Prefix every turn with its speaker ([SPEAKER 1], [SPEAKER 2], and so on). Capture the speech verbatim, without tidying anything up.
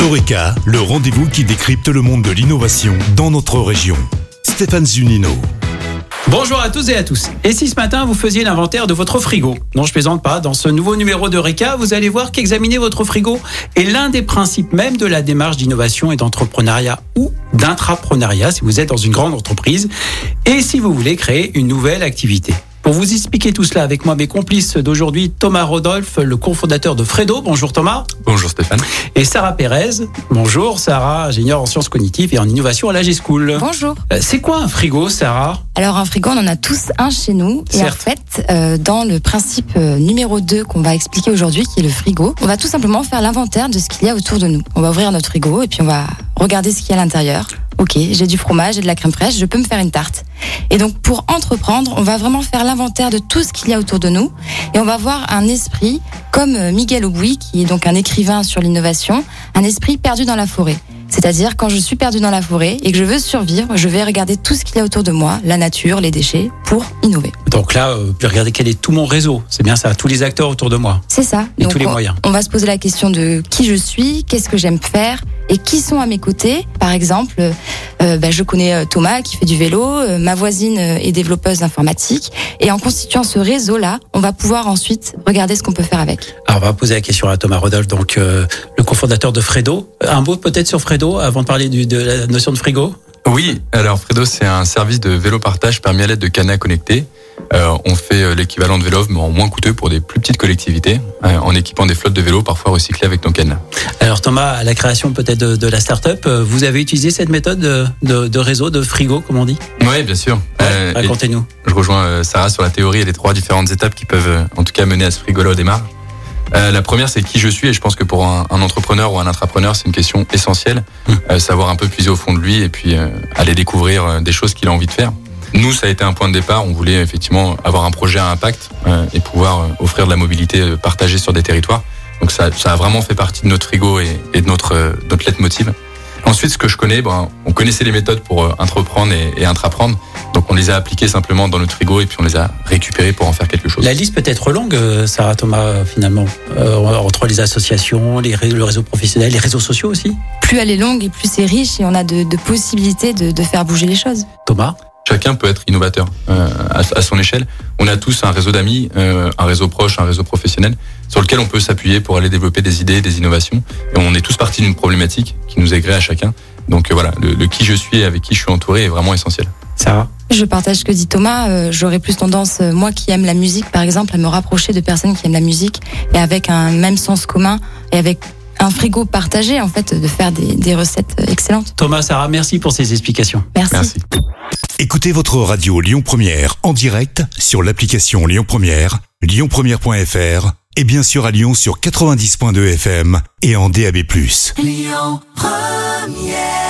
[SPEAKER 1] Eureka, le rendez-vous qui décrypte le monde de l'innovation dans notre région. Stéphane Zunino.
[SPEAKER 2] Bonjour à tous et à tous. Et si ce matin vous faisiez l'inventaire de votre frigo? Non, je plaisante pas. Dans ce nouveau numéro d'Eureka, vous allez voir qu'examiner votre frigo est l'un des principes même de la démarche d'innovation et d'entrepreneuriat ou d'intrapreneuriat si vous êtes dans une grande entreprise et si vous voulez créer une nouvelle activité. Pour vous expliquer tout cela avec moi, mes complices d'aujourd'hui, Thomas Rodolphe, le cofondateur de Fredo. Bonjour Thomas.
[SPEAKER 3] Bonjour Stéphane.
[SPEAKER 2] Et Sarah Pérez. Bonjour Sarah, ingénieure en sciences cognitives et en innovation à la G-School.
[SPEAKER 4] Bonjour.
[SPEAKER 2] C'est quoi un frigo, Sarah?
[SPEAKER 4] Alors un frigo, on en a tous un chez nous. Et
[SPEAKER 2] Certes.
[SPEAKER 4] en fait, euh, dans le principe euh, numéro deux qu'on va expliquer aujourd'hui, qui est le frigo, on va tout simplement faire l'inventaire de ce qu'il y a autour de nous. On va ouvrir notre frigo et puis on va regarder ce qu'il y a à l'intérieur. Ok, j'ai du fromage, j'ai de la crème fraîche, je peux me faire une tarte. Et donc pour entreprendre, on va vraiment faire l'inventaire de tout ce qu'il y a autour de nous et on va avoir un esprit comme Miguel Aubouy, qui est donc un écrivain sur l'innovation, un esprit perdu dans la forêt. C'est-à-dire quand je suis perdu dans la forêt et que je veux survivre, je vais regarder tout ce qu'il y a autour de moi, la nature, les déchets, pour innover.
[SPEAKER 2] Donc là, euh, je vais regarder quel est tout mon réseau. C'est bien ça, tous les acteurs autour de moi.
[SPEAKER 4] C'est ça.
[SPEAKER 2] Et
[SPEAKER 4] Donc
[SPEAKER 2] tous les
[SPEAKER 4] on,
[SPEAKER 2] moyens.
[SPEAKER 4] On va se poser la question de qui je suis, qu'est-ce que j'aime faire et qui sont à mes côtés. Par exemple, euh, bah, je connais euh, Thomas qui fait du vélo, euh, ma voisine euh, est développeuse informatique. Et en constituant ce réseau-là, on va pouvoir ensuite regarder ce qu'on peut faire avec.
[SPEAKER 2] Alors on va poser la question à Thomas Rodolphe, donc euh, le cofondateur de Fredo. Un mot peut-être sur Fredo avant de parler du, de la notion de frigo.
[SPEAKER 3] Oui, alors Fredo, c'est un service de vélo partage permis à l'aide de cadenas connectés. Euh, on fait l'équivalent de vélo, mais en moins coûteux pour des plus petites collectivités, euh, en équipant des flottes de vélos parfois recyclés avec nos cadenas.
[SPEAKER 2] Alors Thomas, à la création peut-être de, de la start-up, euh, vous avez utilisé cette méthode de, de, de réseau, de frigo, comme on dit?
[SPEAKER 3] Oui, bien sûr.
[SPEAKER 2] Ouais,
[SPEAKER 3] Euh,
[SPEAKER 2] racontez-nous.
[SPEAKER 3] Je rejoins euh, Sarah sur la théorie et les trois différentes étapes qui peuvent euh, en tout cas mener à ce frigo-là au démarrage. Euh, la première, c'est qui je suis, et je pense que pour un, un entrepreneur ou un intrapreneur, c'est une question essentielle.
[SPEAKER 2] Mmh.
[SPEAKER 3] Euh, savoir un peu puiser au fond de lui et puis euh, aller découvrir euh, des choses qu'il a envie de faire. Nous, ça a été un point de départ. On voulait effectivement avoir un projet à impact euh, et pouvoir euh, offrir de la mobilité euh, partagée sur des territoires. Donc ça, ça a vraiment fait partie de notre frigo et, et de notre, euh, notre leitmotiv. Ensuite, ce que je connais, ben, on connaissait les méthodes pour euh, entreprendre et, et intraprendre. Donc on les a appliquées simplement dans notre frigo et puis on les a récupérées pour en faire quelque chose.
[SPEAKER 2] La liste peut être longue, euh, Sarah, Thomas, euh, finalement, euh, entre les associations, les, ré- le réseau professionnel, les réseaux sociaux aussi.
[SPEAKER 4] Plus elle est longue et plus c'est riche et on a de, de possibilités de, de faire bouger les choses.
[SPEAKER 2] Thomas?
[SPEAKER 3] Chacun peut être innovateur euh, à, à son échelle. On a tous un réseau d'amis, euh, un réseau proche, un réseau professionnel sur lequel on peut s'appuyer pour aller développer des idées, des innovations. Et on est tous partis d'une problématique qui nous est gré à chacun. Donc euh, voilà, le, le qui je suis et avec qui je suis entouré est vraiment essentiel.
[SPEAKER 2] Sarah?
[SPEAKER 4] Je partage ce que dit Thomas. Euh, j'aurais plus tendance, euh, moi qui aime la musique par exemple, à me rapprocher de personnes qui aiment la musique et avec un même sens commun et avec un frigo partagé en fait, de faire des, des recettes excellentes.
[SPEAKER 2] Thomas, Sarah, merci pour ces explications.
[SPEAKER 4] Merci.
[SPEAKER 3] Merci.
[SPEAKER 1] Écoutez votre radio Lyon Première en direct sur l'application Lyon Première, lyon première point f r et bien sûr à Lyon sur quatre-vingt-dix point deux F M et en D A B plus.
[SPEAKER 5] Lyon Première.